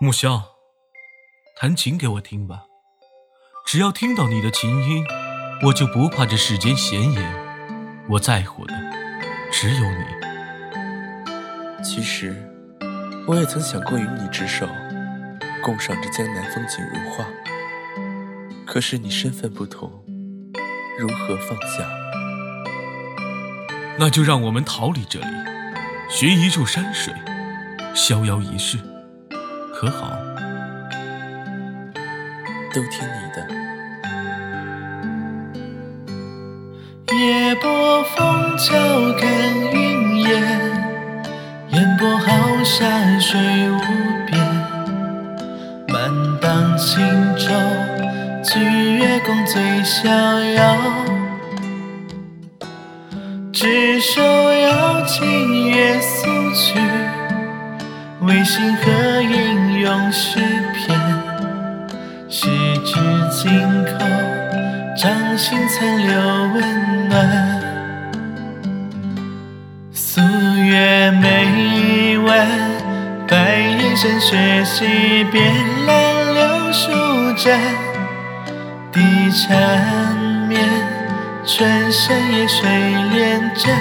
木萧，弹琴给我听吧。只要听到你的琴音，我就不怕这世间闲言。我在乎的只有你。 其实，我也曾想过与你执手，共赏着江南风景如画。可是你身份不同，如何放下？ 那就让我们逃离这里，寻一处山水，逍遥一世，可好？ 都听你的。 夜波风交看云烟，烟波浩山水无边。满荡轻舟，举月共醉逍遥。执手摇琴乐诉曲，为星河吟咏诗篇。十指紧扣，掌心残留温暖。素月眉弯，白烟山雪溪边，蓝柳树绽，地缠绵，春山夜水连盏。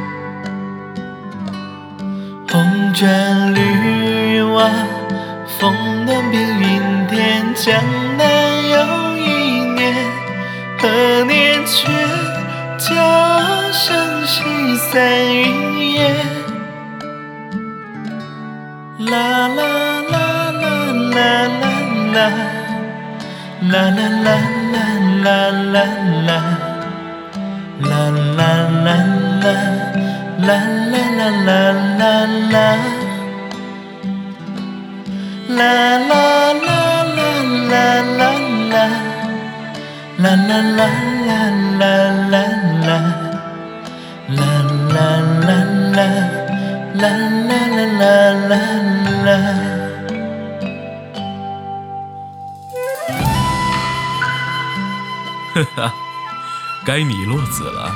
红砖绿瓦，风暖边云天，江南又一年。何年却教声西散云烟。啦啦啦啦啦啦啦，啦啦啦啦啦啦啦，啦啦啦啦，啦啦啦啦啦啦，啦啦啦啦啦啦啦。啦啦啦啦啦啦啦，啦啦啦啦，啦啦啦啦啦。 呵哈，该你落子了。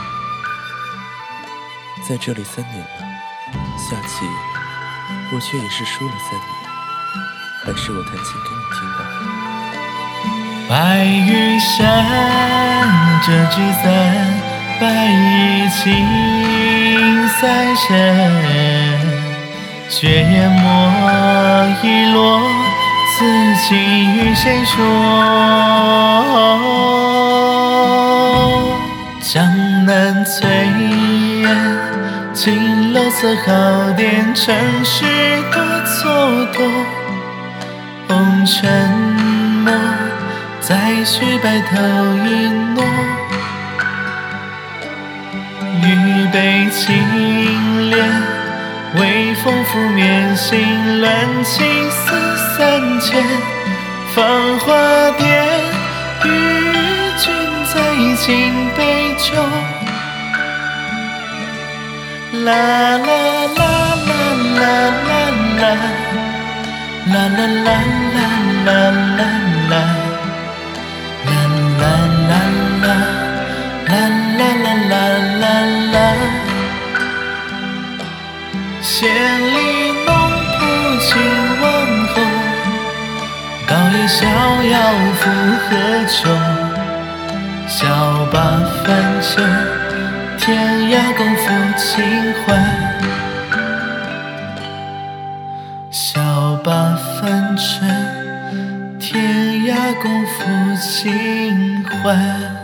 在这里3年了，下棋我却也是输了3年，还是我弹琴给你听吧。 白玉山折纸伞，白衣青塞身。雪烟墨一落，此情与谁说？江南炊烟，青楼色好点，城市多蹉跎。红尘梦，在雪白头一诺，玉杯清莲，微风拂面，心乱情丝三千。芳华殿，与君在金杯酒。啦啦啦啦啦啦啦，啦啦啦啦啦啦啦。啦啦啦啦啦啦啦啦，千里弄不尽王侯，高叶逍遥付何求？笑罢凡尘，天涯共负清欢。笑罢凡尘，天涯共负清欢。